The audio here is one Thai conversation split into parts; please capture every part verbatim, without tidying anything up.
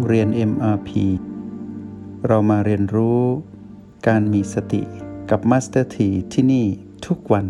เรียน เอ็ม อาร์ พี เรามาเรียนรู้การมีสติกับ Master T ที่นี่ทุกวัน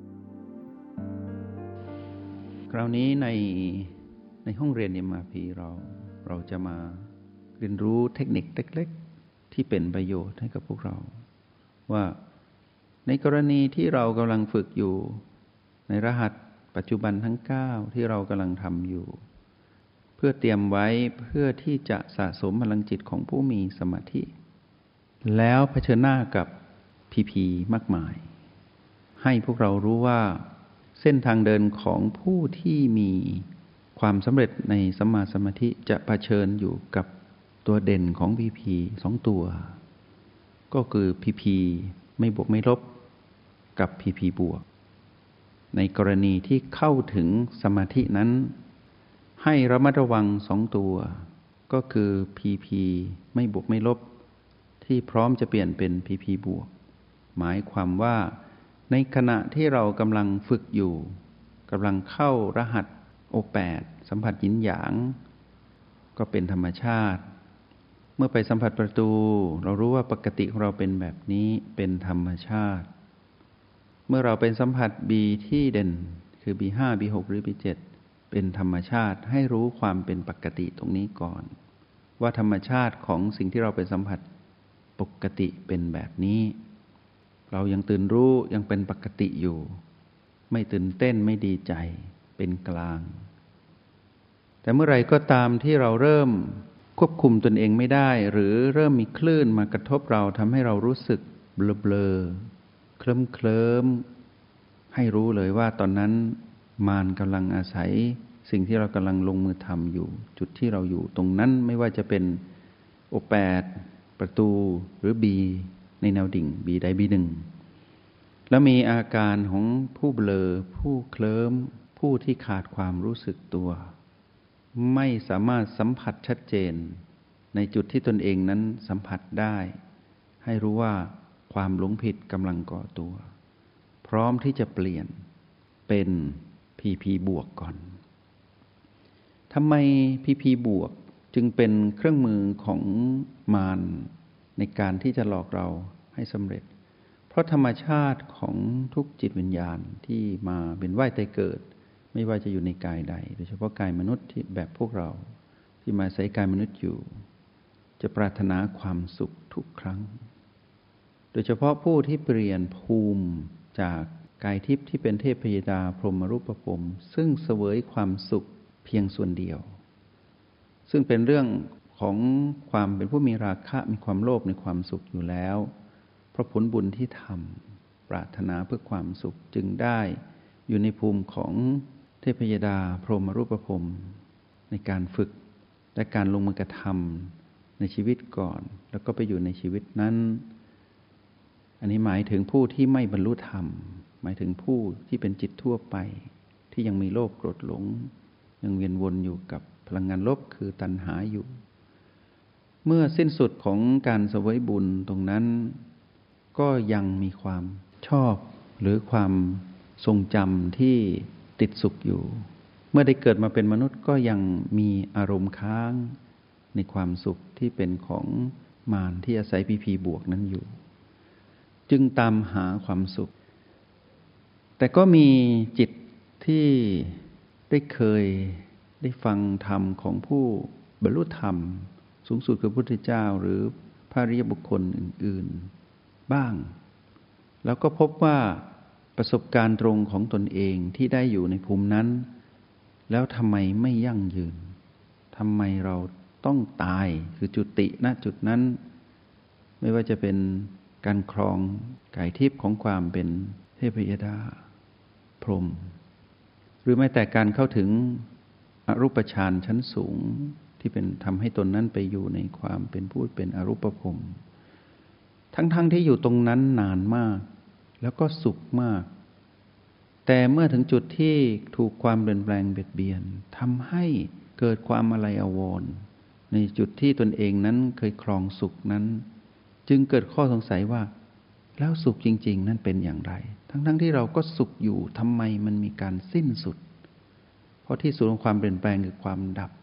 คราวนี้ในในห้องเรียน เอ็ม อาร์ พี เราเราจะมาเรียนรู้เทคนิคเล็กๆที่เป็นประโยชน์ให้กับพวกเราว่าในกรณีที่เรากำลังฝึกอยู่ในรหัสปัจจุบันทั้งเก้าที่เรากำลังทำอยู่เพื่อเตรียมไว้เพื่อที่จะสะสมพลังจิตของผู้มีสมาธิแล้วเผชิญหน้ากับพีพีมากมายให้พวกเรารู้ว่าเส้นทางเดินของผู้ที่มีความสำเร็จในสัมมาสมาธิจะเผชิญอยู่กับตัวเด่นของพีพีสองตัวก็คือพีพีไม่บวกไม่ลบกับพีพีบวกในกรณีที่เข้าถึงสมาธินั้นให้ระมัดระวังสองตัวก็คือ พี พี ไม่บวกไม่ลบที่พร้อมจะเปลี่ยนเป็น พี พี บวกหมายความว่าในขณะที่เรากำลังฝึกอยู่กำลังเข้ารหัส โอ แปด สัมผัสหยินหยางก็เป็นธรรมชาติเมื่อไปสัมผัสประตูเรารู้ว่าปกติของเราเป็นแบบนี้เป็นธรรมชาติเมื่อเราเป็นสัมผัส B ที่เด่นคือ บี ห้า บี หก หรือ บี เจ็ดเป็นธรรมชาติให้รู้ความเป็นปกติตรงนี้ก่อนว่าธรรมชาติของสิ่งที่เราไปสัมผัสปกติเป็นแบบนี้เรายังตื่นรู้ยังเป็นปกติอยู่ไม่ตื่นเต้นไม่ดีใจเป็นกลางแต่เมื่อไหร่ก็ตามที่เราเริ่มควบคุมตนเองไม่ได้หรือเริ่มมีคลื่นมากระทบเราทำให้เรารู้สึกเบลอๆเคลิ้มๆให้รู้เลยว่าตอนนั้นมารกำลังอาศัยสิ่งที่เรากำลังลงมือทำอยู่จุดที่เราอยู่ตรงนั้นไม่ว่าจะเป็น โอ แปด ประตูหรือ B ในแนวดิ่ง B ใด บี หนึ่งแล้วมีอาการของผู้เบลอผู้เคลิ้มผู้ที่ขาดความรู้สึกตัวไม่สามารถสัมผัสชัดเจนในจุดที่ตนเองนั้นสัมผัสได้ให้รู้ว่าความหลงผิดกำลังก่อตัวพร้อมที่จะเปลี่ยนเป็น พี พี บวกก่อนทำไม พี พี บวกจึงเป็นเครื่องมือของมารในการที่จะหลอกเราให้สำเร็จเพราะธรรมชาติของทุกจิตวิญญาณที่มาเป็นว่ายตายเกิดไม่ว่าจะอยู่ในกายใดโดยเฉพาะกายมนุษย์ที่แบบพวกเราที่มาใช้กายมนุษย์อยู่จะปรารถนาความสุขทุกครั้งโดยเฉพาะผู้ที่เปลี่ยนภูมิจากกายทิพย์ที่เป็นเทพยดาพรหมรูปภพซึ่งเสวยความสุขเพียงส่วนเดียวซึ่งเป็นเรื่องของความเป็นผู้มีราคะมีความโลภในความสุขอยู่แล้วเพราะผลบุญที่ทำปรารถนาเพื่อความสุขจึงได้อยู่ในภูมิของเทพยดาพรหมรูปภพในการฝึกและการลงมือกระทำในชีวิตก่อนแล้วก็ไปอยู่ในชีวิตนั้นอันนี้หมายถึงผู้ที่ไม่บรรลุธรรมหมายถึงผู้ที่เป็นจิตทั่วไปที่ยังมีโลภโกรธหลงยังเวียนวนอยู่กับพลังงานลบคือตัณหาอยู่เมื่อสิ้นสุดของการเสวยบุญตรงนั้นก็ยังมีความชอบหรือความทรงจำที่ติดสุขอยู่เมื่อได้เกิดมาเป็นมนุษย์ก็ยังมีอารมณ์ค้างในความสุขที่เป็นของมารที่อาศัย พี พี บวกนั้นอยู่จึงตามหาความสุขแต่ก็มีจิตที่ได้เคยได้ฟังธรรมของผู้บรรลุธรรมสูงสุดคือพระพุทธเจ้าหรือพระอริยบุคคลอื่นๆบ้างแล้วก็พบว่าประสบการณ์ตรงของตนเองที่ได้อยู่ในภูมินั้นแล้วทำไมไม่ยั่งยืนทำไมเราต้องตายคือจุติณจุดนั้นไม่ว่าจะเป็นการครองกายทิพย์ของความเป็นเทพยดาพรหมหรือแม้แต่การเข้าถึงอรูปฌานชั้นสูงที่เป็นทำให้ตนนั้นไปอยู่ในความเป็นผู้เป็นอรูปภพทั้งๆ ท, ที่อยู่ตรงนั้นนานมากแล้วก็สุขมากแต่เมื่อถึงจุดที่ถูกความเปลี่ยนแปลงเบียดเบียนทำให้เกิดความอาลัยอาวรณ์ในจุดที่ตนเองนั้นเคยครองสุขนั้นจึงเกิดข้อสงสัยว่าแล้วสุขจริงๆนั้นเป็นอย่างไรทั้งๆ ที่เราก็สุขอยู่ทำไมมันมีการสิ้นสุดเพราะที่สุดของความเปลี่ยนแปลงคือความดับ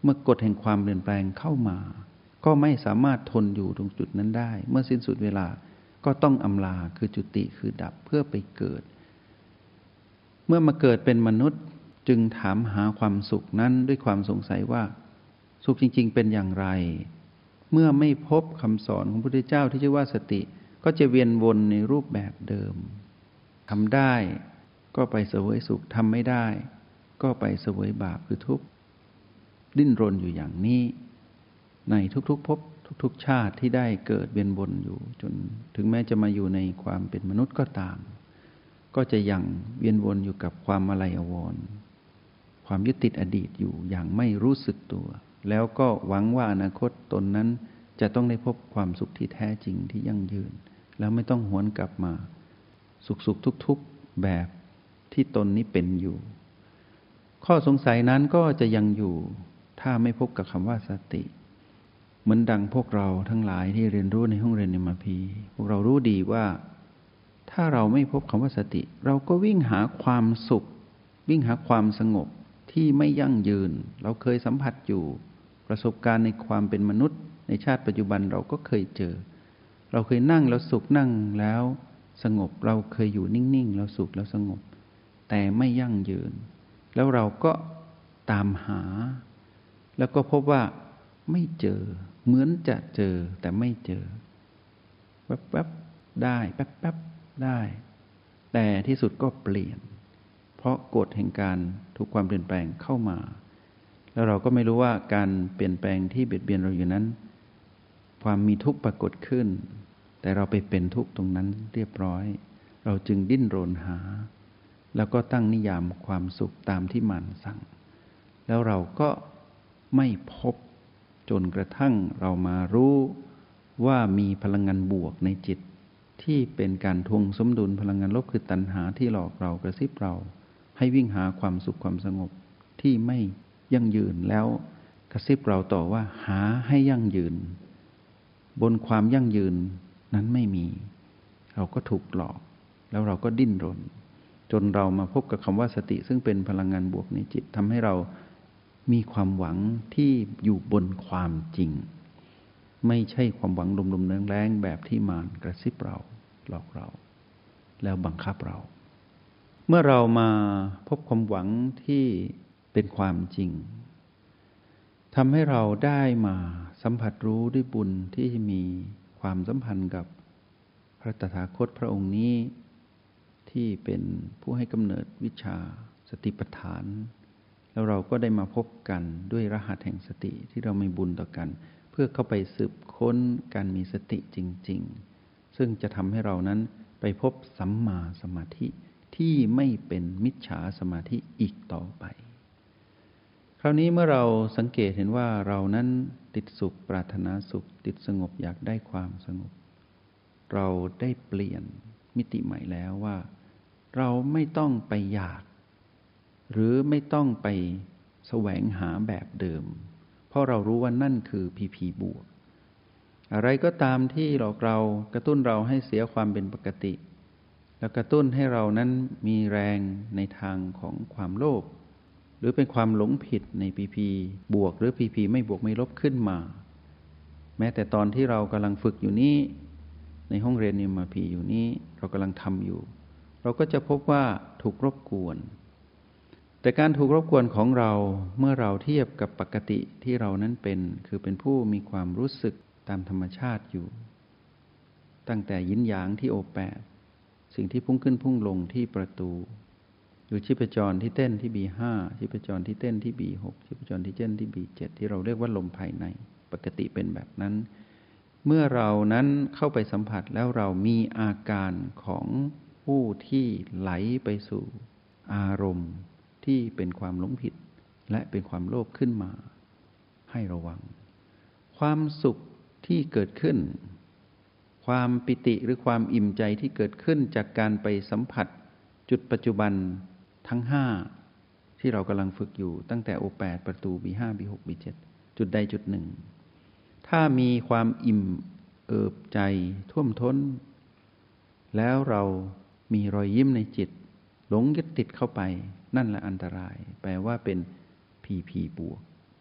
เมื่อกฎแห่งความเปลี่ยนแปลงเข้ามาก็ไม่สามารถทนอยู่ตรงจุดนั้นได้เมื่อสิ้นสุดเวลาก็ต้องอำลาคือจุติคือดับเพื่อไปเกิดเมื่อมาเกิดเป็นมนุษย์จึงถามหาความสุขนั้นด้วยความสงสัยว่าสุขจริงๆเป็นอย่างไรเมื่อไม่พบคำสอนของพระพุทธเจ้าที่ชื่อว่าสติก็จะเวียนวนในรูปแบบเดิมทำได้ก็ไปเสวยสุขทำไม่ได้ก็ไปเสวยบาปคือทุกข์ดิ้นรนอยู่อย่างนี้ในทุกๆภพทุกๆชาติที่ได้เกิดเวียนวนอยู่จนถึงแม้จะมาอยู่ในความเป็นมนุษย์ก็ตามก็จะยังเวียนวนอยู่กับความอาลัยอาวรณ์ความยึดติดอดีตอยู่อย่างไม่รู้สึกตัวแล้วก็หวังว่าอนาคตตนนั้นจะต้องได้พบความสุขที่แท้จริงที่ยั่งยืนแล้วไม่ต้องหวนกลับมาสุขสุขทุกๆแบบที่ตนนี้เป็นอยู่ข้อสงสัยนั้นก็จะยังอยู่ถ้าไม่พบกับคำว่าสติเหมือนดังพวกเราทั้งหลายที่เรียนรู้ในห้องเรียน เอ็ม อาร์ พี พวกเรารู้ดีว่าถ้าเราไม่พบคำว่าสติเราก็วิ่งหาความสุขวิ่งหาความสงบที่ไม่ยั่งยืนเราเคยสัมผัสอยู่ประสบการณ์ในความเป็นมนุษย์ในชาติปัจจุบันเราก็เคยเจอเราเคยนั่งแล้วสุขนั่งแล้วสงบเราเคยอยู่นิ่งๆแล้วสุขแล้วสงบแต่ไม่ยั่งยืนแล้วเราก็ตามหาแล้วก็พบว่าไม่เจอเหมือนจะเจอแต่ไม่เจอแป๊บๆได้แป๊บๆได้แต่ที่สุดก็เปลี่ยนเพราะกฎแห่งการถูกความเปลี่ยนแปลงเข้ามาแล้วเราก็ไม่รู้ว่าการเปลี่ยนแปลงที่เบียดเบียนเราอยู่นั้นความมีทุกข์ปรากฏขึ้นแต่เราไปเป็นทุกข์ตรงนั้นเรียบร้อยเราจึงดิ้นรนหาแล้วก็ตั้งนิยามความสุขตามที่มารสั่งแล้วเราก็ไม่พบจนกระทั่งเรามารู้ว่ามีพลังงานบวกในจิตที่เป็นการทวงสมดุลพลังงานลบคือตัณหาที่หลอกเรากระซิบเราให้วิ่งหาความสุขความสงบที่ไม่ยั่งยืนแล้วกระซิบเราต่อว่าหาให้ยั่งยืนบนความยั่งยืนนั้นไม่มีเราก็ถูกหลอกแล้วเราก็ดิ้นรนจนเรามาพบกับคำว่าสติซึ่งเป็นพลังงานบวกในจิตทำให้เรามีความหวังที่อยู่บนความจริงไม่ใช่ความหวังลมๆแรงๆแบบที่มารกระซิบเราหลอกเราแล้วบังคับเราเมื่อเรามาพบความหวังที่เป็นความจริงทำให้เราได้มาสัมผัสรู้ด้วยบุญที่มีความสัมพันธ์กับพระตถาคตพระองค์นี้ที่เป็นผู้ให้กำเนิดวิชาสติปัฏฐานแล้วเราก็ได้มาพบกันด้วยรหัสแห่งสติที่เรามีบุญต่อกันเพื่อเข้าไปสืบค้นการมีสติจริงๆซึ่งจะทำให้เรานั้นไปพบสัมมาสมาธิที่ไม่เป็นมิจฉาสมาธิอีกต่อไปคราวนี้เมื่อเราสังเกตเห็นว่าเรานั้นติดสุขปรารถนาสุขติดสงบอยากได้ความสงบเราได้เปลี่ยนมิติใหม่แล้วว่าเราไม่ต้องไปอยากหรือไม่ต้องไปแสวงหาแบบเดิมเพราะเรารู้ว่านั่นคือพีพีบวกอะไรก็ตามที่หลอกเรากระตุ้นเราให้เสียความเป็นปกติแล้วกระตุ้นให้เรานั้นมีแรงในทางของความโลภหรือเป็นความหลงผิดในพีพีบวกหรือพีพีไม่บวกไม่ลบขึ้นมาแม้แต่ตอนที่เรากำลังฝึกอยู่นี้ในห้องเรียน เอ็ม อาร์ พี อยู่นี้เรากำลังทำอยู่เราก็จะพบว่าถูกรบกวนแต่การถูกรบกวนของเราเมื่อเราเทียบกับปกติที่เรานั้นเป็นคือเป็นผู้มีความรู้สึกตามธรรมชาติอยู่ตั้งแต่ยินหยางที่โอแปดสิ่งที่พุ่งขึ้นพุ่งลงที่ประตูอยู่ชีพจรที่เต้นที่ บี ห้า ชีพจรที่เต้นที่ บี หก ชีพจรที่เต้นที่ บี เจ็ด ที่เราเรียกว่าลมภายในปกติเป็นแบบนั้นเมื่อเรานั้นเข้าไปสัมผัสแล้วเรามีอาการของผู้ที่ไหลไปสู่อารมณ์ที่เป็นความหลงผิดและเป็นความโลภขึ้นมาให้ระวังความสุขที่เกิดขึ้นความปิติหรือความอิ่มใจที่เกิดขึ้นจากการไปสัมผัสจุดปัจจุบันทั้งห้าที่เรากำลังฝึกอยู่ตั้งแต่โอแปดประตู บี ห้า บี หก บี เจ็ด จุดใดจุดหนึ่งถ้ามีความอิ่มเอิบใจท่วมท้นแล้วเรามีรอยยิ้มในจิตหลงยึดติดเข้าไปนั่นแหละอันตรายแปลว่าเป็น พี พี บวก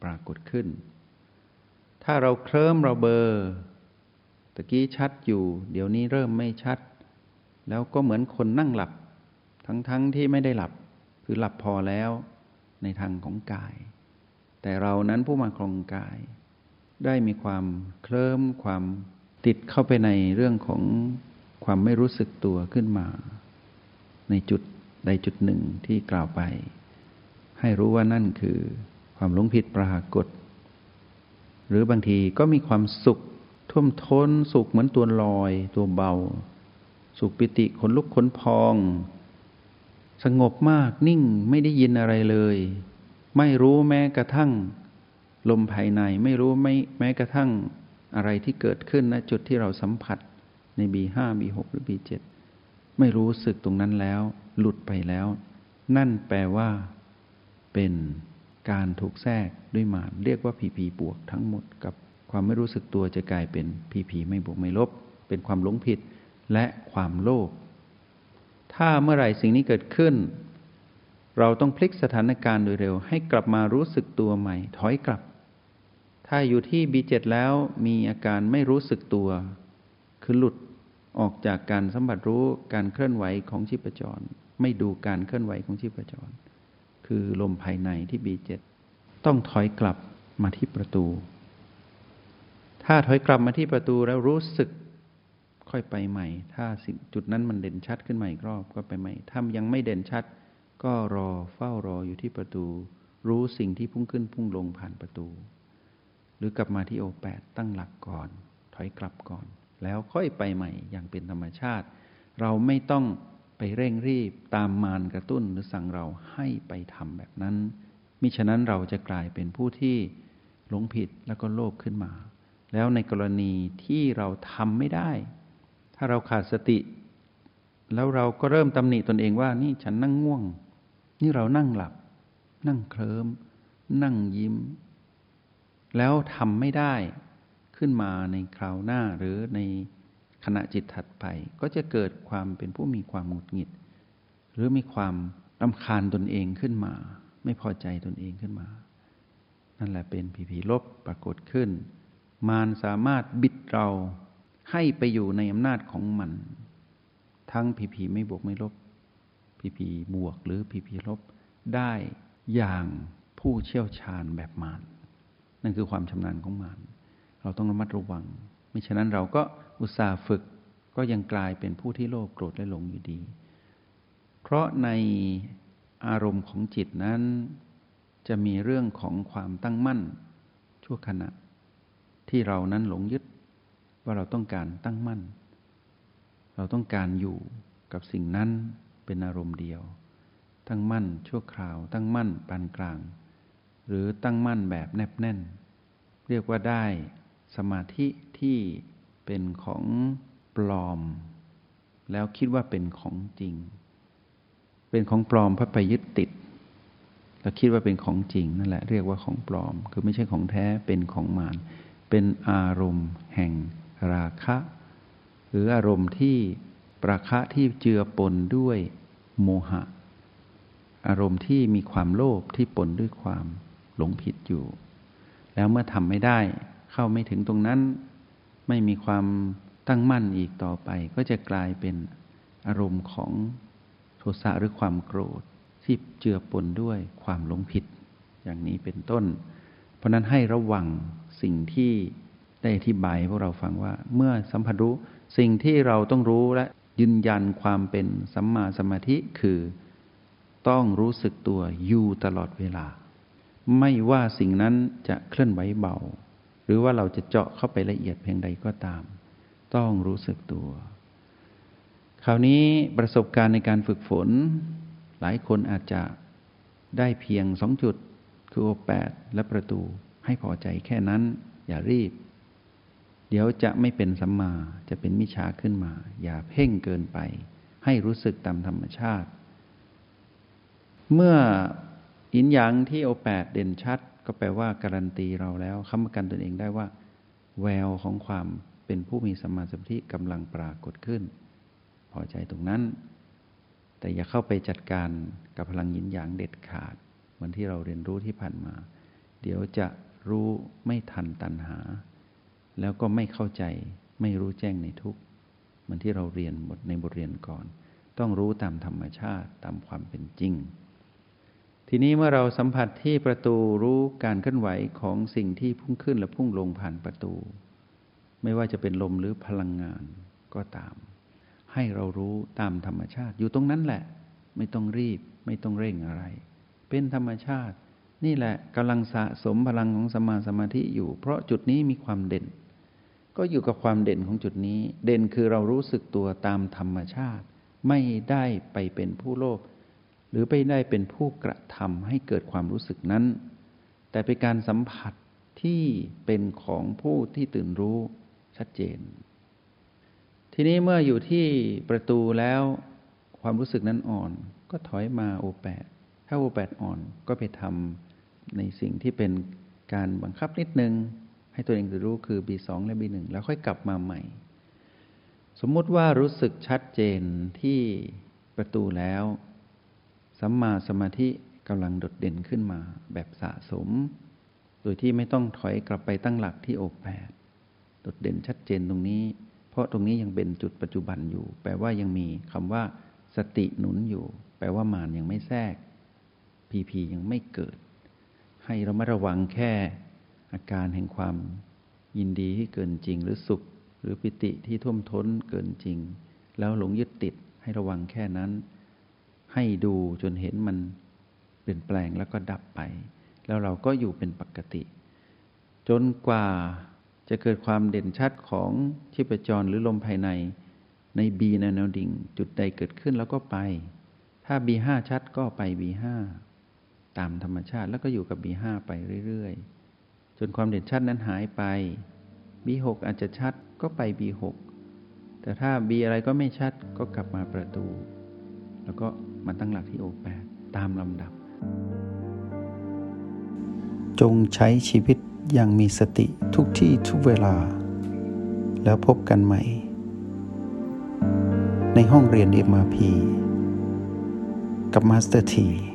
ปรากฏขึ้นถ้าเราเคลิ้มเราเบลอตะกี้ชัดอยู่เดี๋ยวนี้เริ่มไม่ชัดแล้วก็เหมือนคนนั่งหลับทั้งๆ ท, ที่ไม่ได้หลับคือหลับพอแล้วในทางของกายแต่เรานั้นผู้มาครองกายได้มีความเคลิ้มความติดเข้าไปในเรื่องของความไม่รู้สึกตัวขึ้นมาในจุดใดจุดหนึ่งที่กล่าวไปให้รู้ว่านั่นคือความหลงผิดปรากฏหรือบางทีก็มีความสุขท่วมท้นสุขเหมือนตัวลอยตัวเบาสุขปิติขนลุกขนพองสงบมากนิ่งไม่ได้ยินอะไรเลยไม่รู้แม้กระทั่งลมภายในไม่รู้ไม่แม้กระทั่งอะไรที่เกิดขึ้นณจุดที่เราสัมผัสใน บี ห้า บี หก หรือ บี เจ็ด ไม่รู้สึกตรงนั้นแล้วหลุดไปแล้วนั่นแปลว่าเป็นการถูกแทรกด้วยมารเรียกว่าพีพีบวกทั้งหมดกับความไม่รู้สึกตัวจะกลายเป็นพีพีไม่บวกไม่ลบเป็นความหลงผิดและความโลภถ้าเมื่อไหร่สิ่งนี้เกิดขึ้นเราต้องพลิกสถานการณ์โดยเร็วให้กลับมารู้สึกตัวใหม่ถอยกลับถ้าอยู่ที่ บี เจ็ด แล้วมีอาการไม่รู้สึกตัวคือหลุดออกจากการสัมผัสรู้การเคลื่อนไหวของชีพจรไม่ดูการเคลื่อนไหวของชีพจรคือลมภายในที่ บี เจ็ด ต้องถอยกลับมาที่ประตูถ้าถอยกลับมาที่ประตูแล้วรู้สึกค่อยไปใหม่ถ้าจุดนั้นมันเด่นชัดขึ้นมาอีกรอบก็ไปใหม่ถ้ายังไม่เด่นชัดก็รอเฝ้ารออยู่ที่ประตูรู้สิ่งที่พุ่งขึ้นพุ่งลงผ่านประตูหรือกลับมาที่โอแปดตั้งหลักก่อนถอยกลับก่อนแล้วค่อยไปใหม่อย่างเป็นธรรมชาติเราไม่ต้องไปเร่งรีบตามมารกระตุ้นหรือสั่งเราให้ไปทำแบบนั้นมิฉะนั้นเราจะกลายเป็นผู้ที่หลงผิดแล้วก็โลภขึ้นมาแล้วในกรณีที่เราทำไม่ได้ถ้าเราขาดสติแล้วเราก็เริ่มตำหนิตนเองว่านี่ฉันนั่งง่วงนี่เรานั่งหลับนั่งเคลิ้มนั่งยิ้มแล้วทำไม่ได้ขึ้นมาในคราวหน้าหรือในขณะจิตถัดไปก็จะเกิดความเป็นผู้มีความหงุดหงิดหรือมีความรำคาญตนเองขึ้นมาไม่พอใจตนเองขึ้นมานั่นแหละเป็นผีผีลบปรากฏขึ้นมารสามารถบิดเราให้ไปอยู่ในอำนาจของมันทั้งผีผีไม่บวกไม่ลบผีผีบวกหรือผีผีลบได้อย่างผู้เชี่ยวชาญแบบมารนั่นคือความชำนาญของมารเราต้องระมัดระวังมิฉะนั้นเราก็อุตส่าห์ฝึกก็ยังกลายเป็นผู้ที่โลภโกรธและหลงอยู่ดีเพราะในอารมณ์ของจิตนั้นจะมีเรื่องของความตั้งมั่นชั่วขณะที่เรานั้นหลงยึดว่าเราต้องการตั้งมั่นเราต้องการอยู่กับสิ่งนั้นเป็นอารมณ์เดียวตั้งมั่นชั่วคราวตั้งมั่นปานกลางหรือตั้งมั่นแบบแนบแน่นเรียกว่าได้สมาธิที่เป็นของปลอมแล้วคิดว่าเป็นของจริงเป็นของปลอมเพราะไปยึดติดแล้วคิดว่าเป็นของจริงนั่นแหละเรียกว่าของปลอมคือไม่ใช่ของแท้เป็นของมารเป็นอารมณ์แห่งราคะหรืออารมณ์ที่ปราคะที่เจือปนด้วยโมหะอารมณ์ที่มีความโลภที่ปนด้วยความหลงผิดอยู่แล้วเมื่อทำไม่ได้เข้าไม่ถึงตรงนั้นไม่มีความตั้งมั่นอีกต่อไปก็จะกลายเป็นอารมณ์ของโทสะหรือความโกรธที่เจือปนด้วยความหลงผิดอย่างนี้เป็นต้นเพราะนั้นให้ระวังสิ่งที่ได้อธิบายให้พวกเราฟังว่าเมื่อสัมผัสรู้สิ่งที่เราต้องรู้และยืนยันความเป็นสัมมาสมาธิคือต้องรู้สึกตัวอยู่ตลอดเวลาไม่ว่าสิ่งนั้นจะเคลื่อนไหวเบาหรือว่าเราจะเจาะเข้าไปละเอียดเพียงใดก็ตามต้องรู้สึกตัวคราวนี้ประสบการณ์ในการฝึกฝนหลายคนอาจจะได้เพียงสองจุดคือโอแปดและประตูให้พอใจแค่นั้นอย่ารีบเดี๋ยวจะไม่เป็นสัมมาจะเป็นมิจฉาขึ้นมาอย่าเพ่งเกินไปให้รู้สึกตามธรรมชาติเมื่ออินหยางที่โอแปดเด่นชัดก็แปลว่าการันตีเราแล้วค้ำประกันตนเองได้ว่าแววของความเป็นผู้มีสัมมาสมาธิกำลังปรากฏขึ้นพอใจตรงนั้นแต่อย่าเข้าไปจัดการกับพลังยินหยางเด็ดขาดเหมือนที่เราเรียนรู้ที่ผ่านมาเดี๋ยวจะรู้ไม่ทันตัณหาแล้วก็ไม่เข้าใจไม่รู้แจ้งในทุกข์เหมือนที่เราเรียนบทในบทเรียนก่อนต้องรู้ตามธรรมชาติตามความเป็นจริงทีนี้เมื่อเราสัมผัสที่ประตูรู้การเคลื่อนไหวของสิ่งที่พุ่งขึ้นและพุ่งลงผ่านประตูไม่ว่าจะเป็นลมหรือพลังงานก็ตามให้เรารู้ตามธรรมชาติอยู่ตรงนั้นแหละไม่ต้องรีบไม่ต้องเร่งอะไรเป็นธรรมชาตินี่แหละกำลังสะสมพลังของสัมมาสมาธิอยู่เพราะจุดนี้มีความเด่นก็อยู่กับความเด่นของจุดนี้เด่นคือเรารู้สึกตัวตามธรรมชาติไม่ได้ไปเป็นผู้โลภหรือไปได้เป็นผู้กระทำให้เกิดความรู้สึกนั้นแต่เป็นการสัมผัสที่เป็นของผู้ที่ตื่นรู้ชัดเจนทีนี้เมื่ออยู่ที่ประตูแล้วความรู้สึกนั้นอ่อนก็ถอยมาโอแปดถ้าโอแปดอ่อนก็ไปทำในสิ่งที่เป็นการบังคับนิดนึงให้ตัวเองตื่นรู้คือ บี สอง และ บี หนึ่ง แล้วค่อยกลับมาใหม่สมมุติว่ารู้สึกชัดเจนที่ประตูแล้วสัมมาสมาธิกำลังโดดเด่นขึ้นมาแบบสะสมโดยที่ไม่ต้องถอยกลับไปตั้งหลักที่โอแปดโดดเด่นชัดเจนตรงนี้เพราะตรงนี้ยังเป็นจุดปัจจุบันอยู่แปลว่ายังมีคำว่าสติหนุนอยู่แปลว่ามารยังไม่แทรกพีพียังไม่เกิดให้เรามาระวังแค่อาการแห่งความยินดีที่เกินจริงหรือสุขหรือปิติที่ท่วมท้นเกินจริงแล้วหลงยึดติดให้ระวังแค่นั้นให้ดูจนเห็นมันเปลี่ยนแปลงแล้วก็ดับไปแล้วเราก็อยู่เป็นปกติจนกว่าจะเกิดความเด่นชัดของชีพจรหรือลมภายในใน B ในแนวดิ่งจุดใดเกิดขึ้นแล้วก็ไปถ้า บี ห้า ชัดก็ไป บี ห้า ตามธรรมชาติแล้วก็อยู่กับ บี ห้า ไปเรื่อยๆจนความเด่นชัดนั้นหายไป บี หก อาจจะชัดก็ไป บี หก แต่ถ้า B อะไรก็ไม่ชัดก็กลับมาประตูแล้วก็มาตั้งหลักที่โอแปดตามลำดับจงใช้ชีวิตอย่างมีสติทุกที่ทุกเวลาแล้วพบกันใหม่ในห้องเรียน เอ็ม อาร์ พี กับมาสเตอร์ ที